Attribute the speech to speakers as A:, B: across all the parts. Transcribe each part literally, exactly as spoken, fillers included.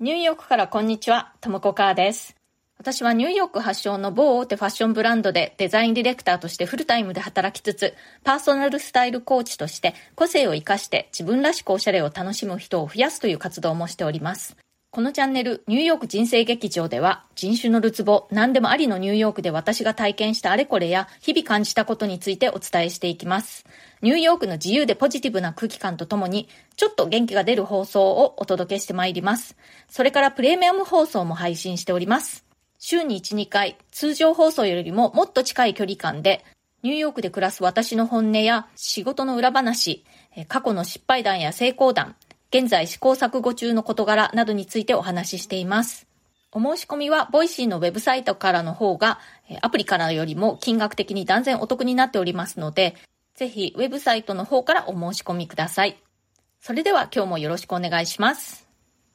A: ニューヨークからこんにちは、ともこかーです。私はニューヨーク発祥の某大手ファッションブランドでデザインディレクターとしてフルタイムで働きつつ、パーソナルスタイルコーチとして個性を生かして自分らしくおしゃれを楽しむ人を増やすという活動もしております。このチャンネルニューヨーク人生劇場では、人種のるつぼ何でもありのニューヨークで私が体験したあれこれや日々感じたことについてお伝えしていきます。ニューヨークの自由でポジティブな空気感とともに、ちょっと元気が出る放送をお届けしてまいります。それからプレミアム放送も配信しております。週にいち、にかい、通常放送よりももっと近い距離感で、ニューヨークで暮らす私の本音や仕事の裏話、過去の失敗談や成功談、現在試行錯誤中の事柄などについてお話ししています。お申し込みはボイシーのウェブサイトからの方が、アプリからよりも金額的に断然お得になっておりますので、ぜひウェブサイトの方からお申し込みください。それでは今日もよろしくお願いします。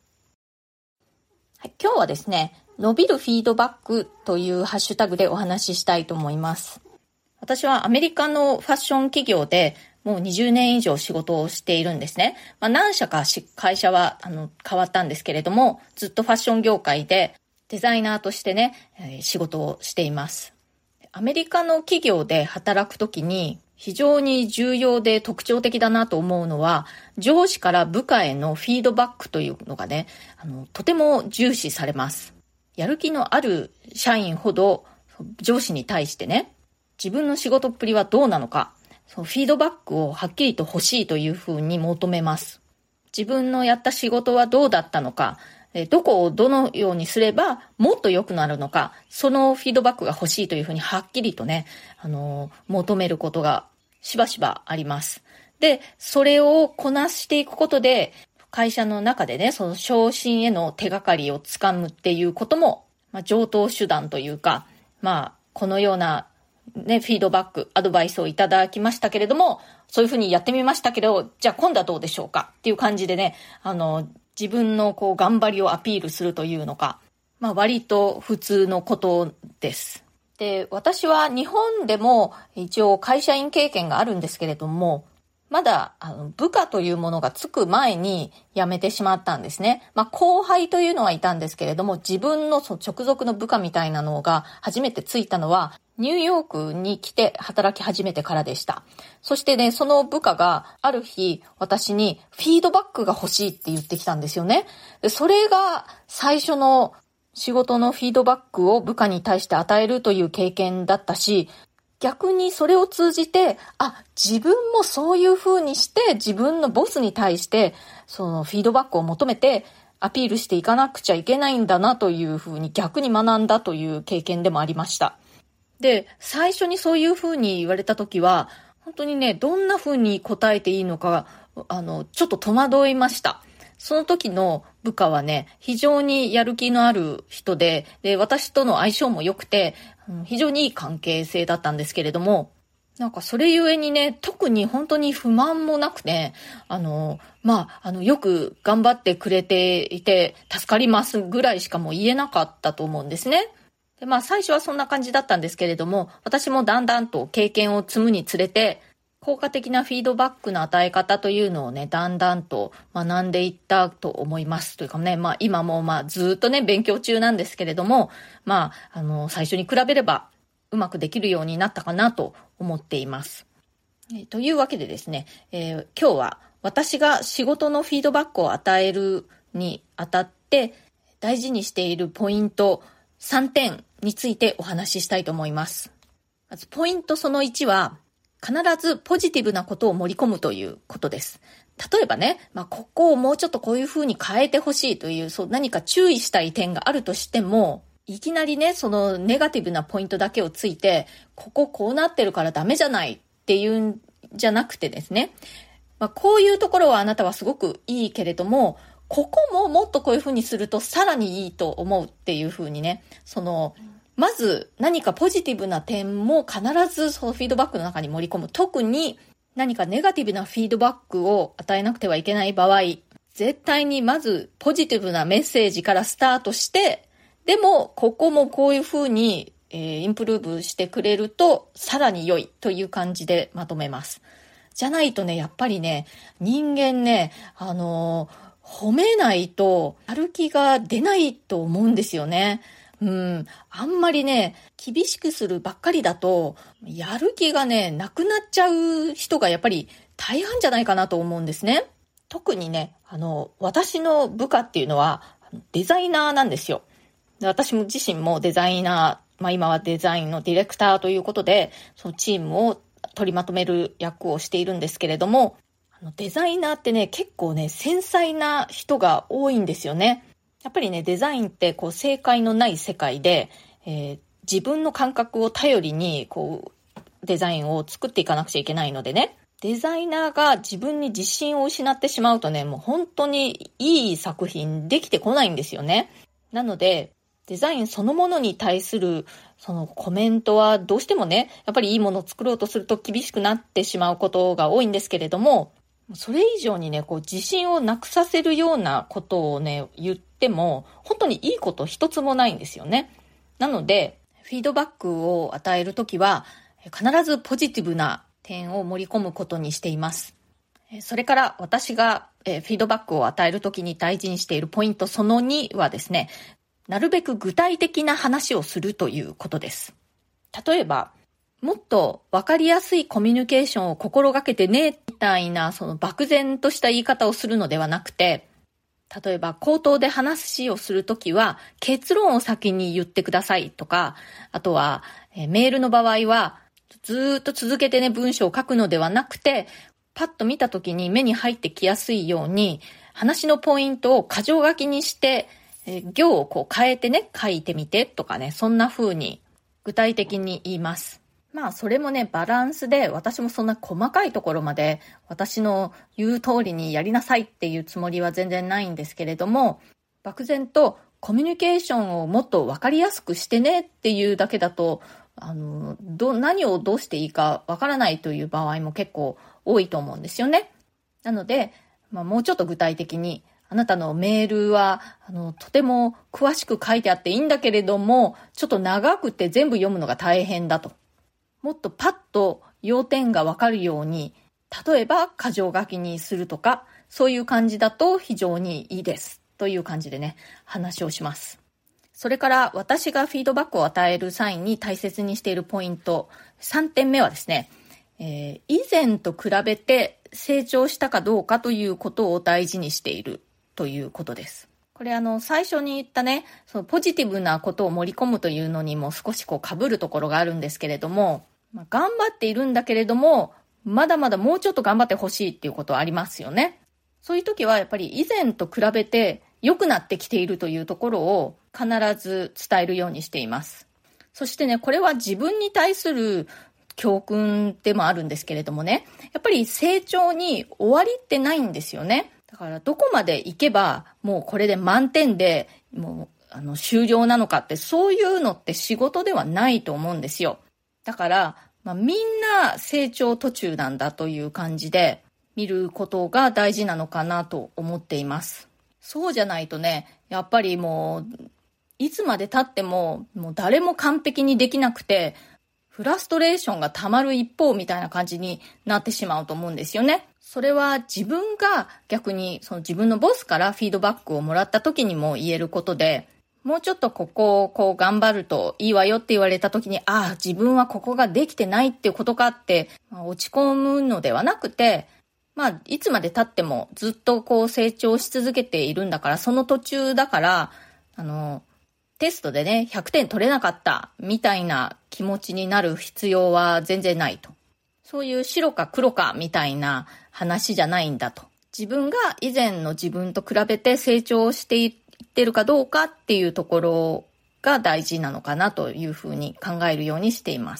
A: はい、今日はですね、伸びるフィードバックというハッシュタグでお話ししたいと思います。私はアメリカのファッション企業でもうにじゅうねん以上仕事をしているんですね。まあ、何社か会社はあの変わったんですけれども、ずっとファッション業界でデザイナーとしてね、仕事をしています。アメリカの企業で働くときに非常に重要で特徴的だなと思うのは、上司から部下へのフィードバックというのがね、あのとても重視されます。やる気のある社員ほど上司に対してね、自分の仕事っぷりはどうなのか、そのフィードバックをはっきりと欲しいというふうに求めます。自分のやった仕事はどうだったのか、どこをどのようにすればもっと良くなるのか、そのフィードバックが欲しいというふうにはっきりとね、あの、求めることがしばしばあります。で、それをこなしていくことで、会社の中でね、その昇進への手がかりをつかむっていうことも、まあ、常套手段というか、まあ、このようなね、フィードバック、アドバイスをいただきましたけれども、そういうふうにやってみましたけど、じゃあ今度はどうでしょうかっていう感じでね、あの、自分のこう頑張りをアピールするというのか、まあ割と普通のことです。で、私は日本でも一応会社員経験があるんですけれども、まだあの部下というものがつく前に辞めてしまったんですね。まあ後輩というのはいたんですけれども、自分のその直属の部下みたいなのが初めてついたのはニューヨークに来て働き始めてからでした。そしてね、その部下がある日私にフィードバックが欲しいって言ってきたんですよね。で、それが最初の仕事のフィードバックを部下に対して与えるという経験だったし、逆にそれを通じて、あ、自分もそういう風にして自分のボスに対してそのフィードバックを求めてアピールしていかなくちゃいけないんだなという風に逆に学んだという経験でもありました。で、最初にそういう風に言われたときは、本当にね、どんな風に答えていいのか、あの、ちょっと戸惑いました。その時の部下はね、非常にやる気のある人で、で、私との相性も良くて、非常にいい関係性だったんですけれども、なんかそれゆえにね、特に本当に不満もなくね、あの、まあ、あの、よく頑張ってくれていて、助かりますぐらいしかもう言えなかったと思うんですね。で、まあ、最初はそんな感じだったんですけれども、私もだんだんと経験を積むにつれて、効果的なフィードバックの与え方というのをね、だんだんと学んでいったと思います。というかね、まあ今もまあずっとね、勉強中なんですけれども、まあ、あの、最初に比べればうまくできるようになったかなと思っています。えー、というわけでですね、えー、今日は私が仕事のフィードバックを与えるにあたって大事にしているポイントさんてんについてお話ししたいと思います。まずポイントそのいちは、必ずポジティブなことを盛り込むということです。例えばね、まあ、ここをもうちょっとこういう風に変えてほしいという、そう何か注意したい点があるとしても、いきなりね、そのネガティブなポイントだけをついて、こここうなってるからダメじゃないっていうんじゃなくてですね、まあ、こういうところはあなたはすごくいいけれども、ここももっとこういう風にするとさらにいいと思うっていう風にね、その、まず何かポジティブな点も必ずそのフィードバックの中に盛り込む。特に何かネガティブなフィードバックを与えなくてはいけない場合、絶対にまずポジティブなメッセージからスタートして、でもここもこういう風に、えー、インプルーブしてくれるとさらに良いという感じでまとめます。じゃないとね、やっぱりね、人間ね、あのー褒めないとやる気が出ないと思うんですよね。うん、あんまりね、厳しくするばっかりだと、やる気がね、なくなっちゃう人がやっぱり大半じゃないかなと思うんですね。特にね、あの、私の部下っていうのはデザイナーなんですよ。で、私も自身もデザイナー、まあ今はデザインのディレクターということで、そのチームを取りまとめる役をしているんですけれども、あのデザイナーってね、結構ね、繊細な人が多いんですよね。やっぱりね、デザインってこう正解のない世界で、えー、自分の感覚を頼りにこうデザインを作っていかなくちゃいけないのでね、デザイナーが自分に自信を失ってしまうとね、もう本当にいい作品できてこないんですよね。なので、デザインそのものに対するそのコメントはどうしてもね、やっぱりいいものを作ろうとすると厳しくなってしまうことが多いんですけれども、それ以上にね、こう自信をなくさせるようなことをね、言っても、本当にいいこと一つもないんですよね。なので、フィードバックを与えるときは、必ずポジティブな点を盛り込むことにしています。それから私がフィードバックを与えるときに大事にしているポイントそのにはですね、なるべく具体的な話をするということです。例えば、もっとわかりやすいコミュニケーションを心がけてね、みたいなその漠然とした言い方をするのではなくて、例えば口頭で話をするときは結論を先に言ってくださいとか、あとはえメールの場合はずーっと続けてね文章を書くのではなくて、パッと見たときに目に入ってきやすいように話のポイントを箇条書きにしてえ行をこう変えてね書いてみてとかね、そんな風に具体的に言います。まあそれもねバランスで、私もそんな細かいところまで私の言う通りにやりなさいっていうつもりは全然ないんですけれども、漠然とコミュニケーションをもっと分かりやすくしてねっていうだけだと、あのど何をどうしていいか分からないという場合も結構多いと思うんですよね。なので、まあ、もうちょっと具体的に、あなたのメールはあのとても詳しく書いてあっていいんだけれども、ちょっと長くて全部読むのが大変だと。もっとパッと要点がわかるように、例えば箇条書きにするとか、そういう感じだと非常にいいですという感じでね、話をします。それから私がフィードバックを与える際に大切にしているポイントさんてんめはですね、えー、以前と比べて成長したかどうかということを大事にしているということです。これあの最初に言ったね、そのポジティブなことを盛り込むというのにも少しこう被るところがあるんですけれども、まあ、頑張っているんだけれども、まだまだもうちょっと頑張ってほしいっていうことはありますよね。そういう時はやっぱり以前と比べて良くなってきているというところを必ず伝えるようにしています。そしてね、これは自分に対する教訓でもあるんですけれどもね、やっぱり成長に終わりってないんですよね。だからどこまで行けばもうこれで満点でもうあの終了なのかって、そういうのって仕事ではないと思うんですよ。だから、まあ、みんな成長途中なんだという感じで見ることが大事なのかなと思っています。そうじゃないとね、やっぱりもういつまで経ってももう誰も完璧にできなくて、フラストレーションがたまる一方みたいな感じになってしまうと思うんですよね。それは自分が逆にその自分のボスからフィードバックをもらった時にも言えることで、もうちょっとここをこう頑張るといいわよって言われた時に、ああ自分はここができてないっていうことかって、まあ、落ち込むのではなくて、まあいつまで経ってもずっとこう成長し続けているんだから、その途中だから、あのテストでねひゃくてん取れなかったみたいな気持ちになる必要は全然ないと。そういう白か黒かみたいな話じゃないんだと。自分が以前の自分と比べて成長していってるかどうかっていうところが大事なのかなというふうに考えるようにしています。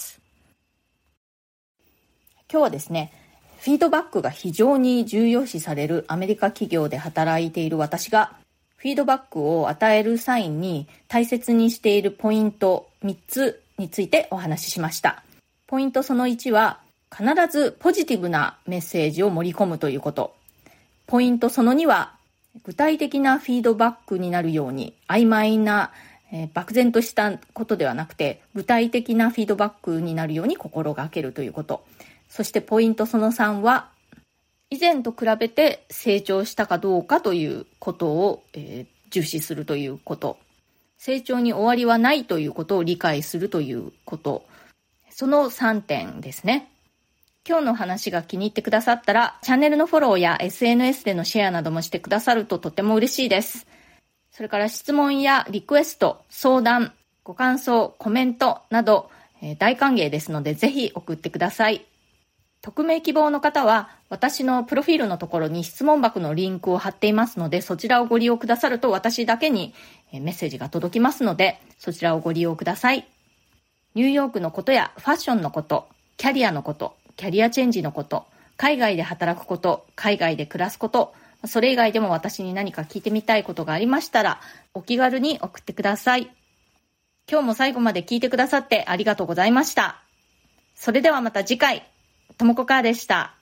A: 今日はですね、フィードバックが非常に重要視されるアメリカ企業で働いている私が、フィードバックを与える際に大切にしているポイントみっつについてお話ししました。ポイントそのいちは、必ずポジティブなメッセージを盛り込むということ。ポイントそのには、具体的なフィードバックになるように、曖昧な、えー、漠然としたことではなくて、具体的なフィードバックになるように心がけるということ。そしてポイントそのさんは、 以前と比べて成長したかどうかということを、えー、重視するということ。成長に終わりはないということを理解するということ。そのさんてんですね。今日の話が気に入ってくださったら、チャンネルのフォローや エスエヌエス でのシェアなどもしてくださるととても嬉しいです。それから質問やリクエスト、相談、ご感想、コメントなど、えー、大歓迎ですのでぜひ送ってください。匿名希望の方は私のプロフィールのところに質問箱のリンクを貼っていますので、そちらをご利用くださると私だけにメッセージが届きますので、そちらをご利用ください。ニューヨークのことやファッションのこと、キャリアのこと、キャリアチェンジのこと、海外で働くこと、海外で暮らすこと、それ以外でも私に何か聞いてみたいことがありましたら、お気軽に送ってください。今日も最後まで聞いてくださってありがとうございました。それではまた次回、ともこかーでした。